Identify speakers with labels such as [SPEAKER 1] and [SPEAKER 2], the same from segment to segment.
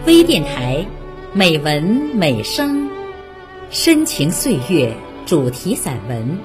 [SPEAKER 1] 微电台，美文美声，深情岁月主题散文。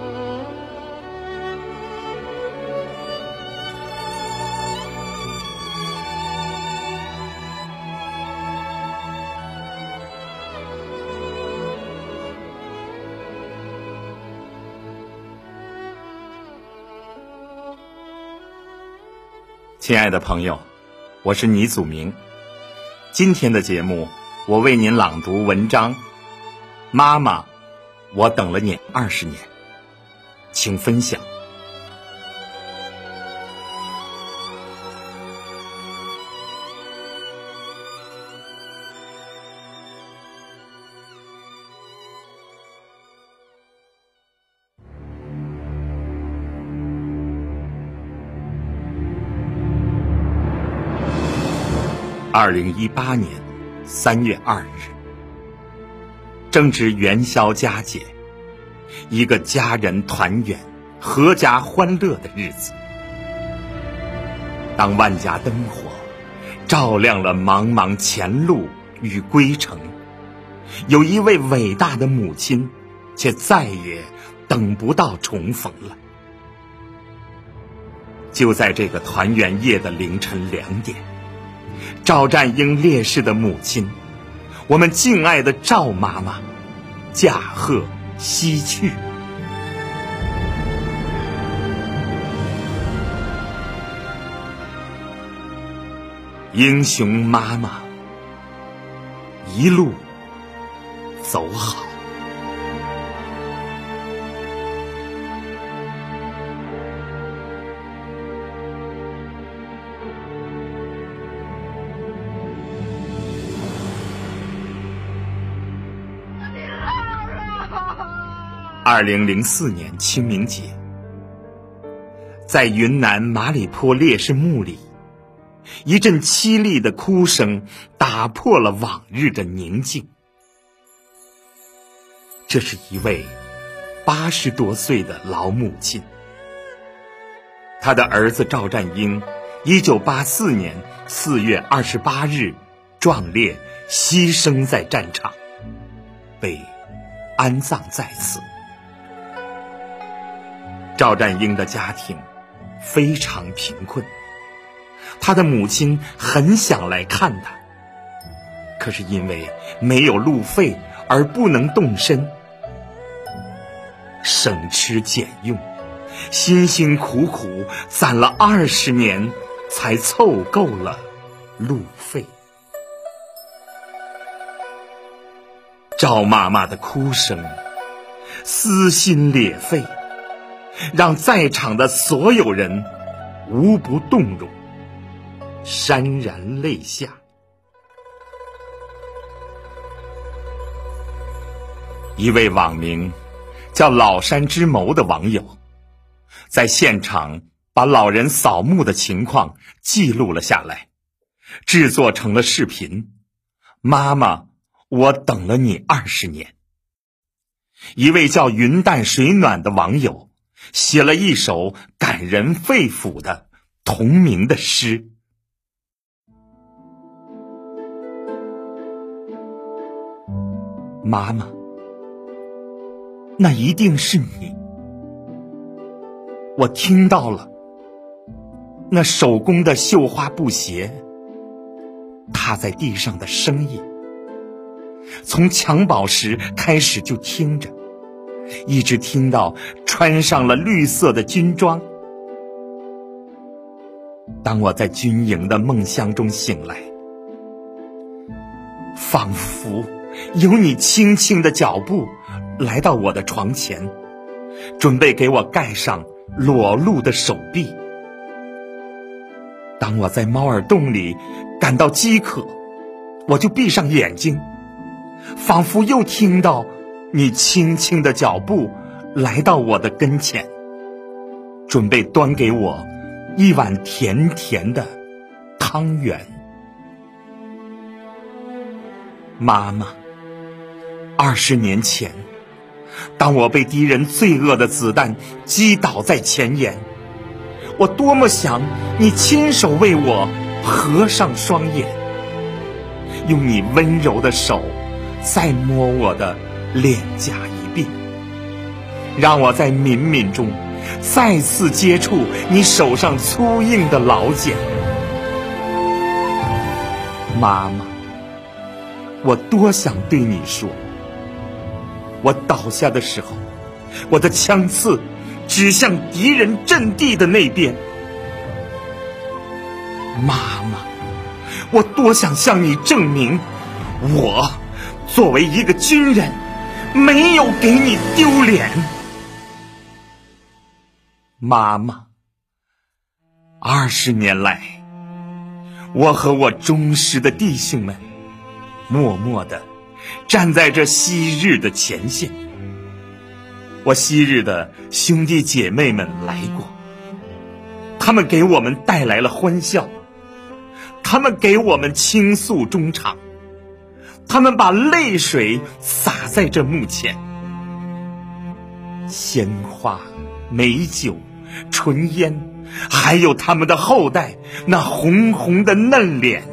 [SPEAKER 2] 亲爱的朋友，我是倪祖明。今天的节目，我为您朗读文章《妈妈，我等了你20年》，请分享。2018年3月2日，正值元宵佳节，一个家人团圆、阖家欢乐的日子。当万家灯火照亮了茫茫前路与归程，有一位伟大的母亲却再也等不到重逢了。就在这个团圆夜的凌晨2点，赵占英烈士的母亲，我们敬爱的赵妈妈驾鹤西去。英雄妈妈，一路走好。2004年清明节，在云南马里坡烈士墓里，一阵凄厉的哭声打破了往日的宁静。这是一位80多岁的老母亲，她的儿子赵占英1984年4月28日壮烈牺牲在战场，被安葬在此。赵占英的家庭非常贫困，他的母亲很想来看他，可是因为没有路费而不能动身，省吃俭用，辛辛苦苦攒了20年，才凑够了路费。赵妈妈的哭声撕心裂肺，让在场的所有人无不动容，潸然泪下。一位网名叫老山之谋的网友，在现场把老人扫墓的情况记录了下来，制作成了视频。妈妈，我等了你20年。一位叫云淡水暖的网友写了一首感人肺腑的同名的诗。妈妈，那一定是你，我听到了那手工的绣花布鞋踏在地上的声音，从襁褓时开始就听着，一直听到穿上了绿色的军装。当我在军营的梦乡中醒来，仿佛有你轻轻的脚步来到我的床前，准备给我盖上裸露的手臂。当我在猫耳洞里感到饥渴，我就闭上眼睛，仿佛又听到你轻轻的脚步来到我的跟前，准备端给我一碗甜甜的汤圆。妈妈，20年前，当我被敌人罪恶的子弹击倒在前沿，我多么想你亲手为我合上双眼， 用你温柔的手再摸我的脸颊一遍，让我在抿抿中再次接触你手上粗硬的老茧。妈妈，我多想对你说，我倒下的时候，我的枪刺指向敌人阵地的那边。妈妈，我多想向你证明，我作为一个军人，没有给你丢脸。妈妈，20年来，我和我忠实的弟兄们默默地站在这昔日的前线。我昔日的兄弟姐妹们来过，他们给我们带来了欢笑，他们给我们倾诉衷肠，他们把泪水洒在这墓前。鲜花、美酒、醇烟，还有他们的后代那红红的嫩脸。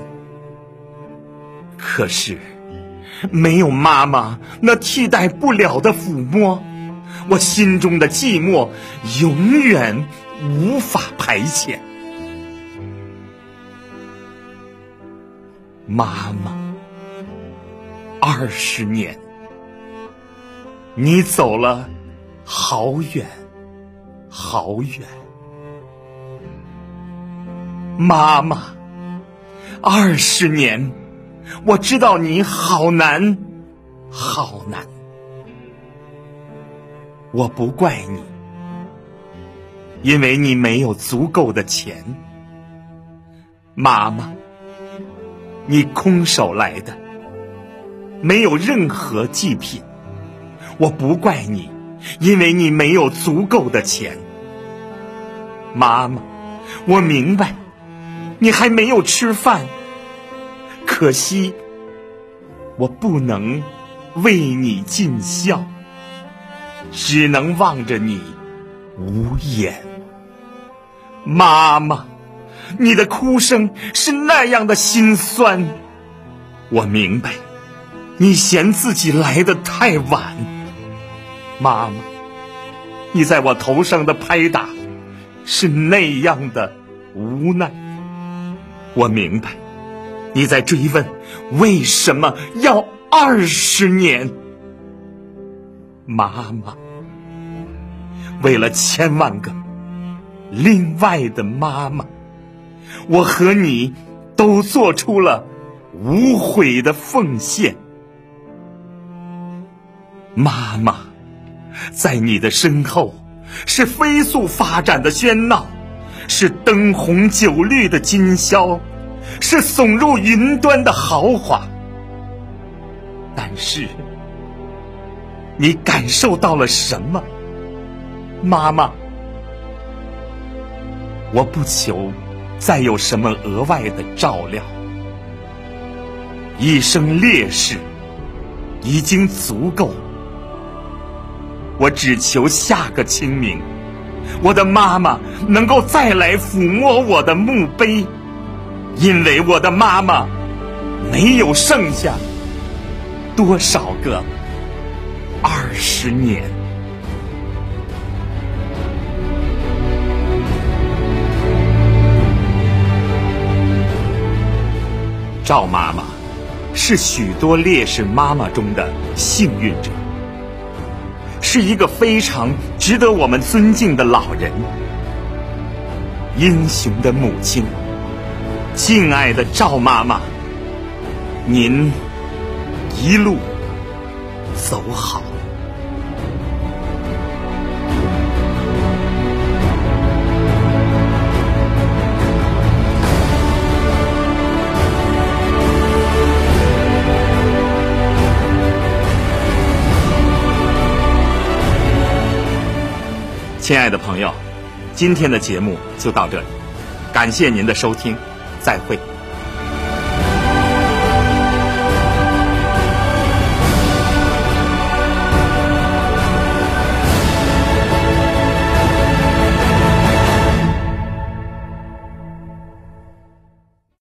[SPEAKER 2] 可是没有妈妈那替代不了的抚摸，我心中的寂寞永远无法排遣。妈妈，20年，你走了好远好远。妈妈，20年，我知道你好难好难。我不怪你，因为你没有足够的钱。妈妈，你空手来的，没有任何祭品。我不怪你，因为你没有足够的钱。妈妈，我明白你还没有吃饭，可惜我不能为你尽孝，只能望着你无言。妈妈，你的哭声是那样的心酸。我明白你嫌自己来得太晚。妈妈，你在我头上的拍打是那样的无奈。我明白你在追问为什么要20年。妈妈，为了千万个另外的妈妈，我和你都做出了无悔的奉献。妈妈，在你的身后是飞速发展的喧闹，是灯红酒绿的今宵，是耸入云端的豪华。但是你感受到了什么？妈妈，我不求再有什么额外的照料，一生烈士已经足够。我只求下个清明，我的妈妈能够再来抚摸我的墓碑，因为我的妈妈没有剩下多少个20年。赵妈妈是许多烈士妈妈中的幸运者，是一个非常值得我们尊敬的老人，英雄的母亲。敬爱的赵妈妈，您一路走好。亲爱的朋友，今天的节目就到这里，感谢您的收听，再会。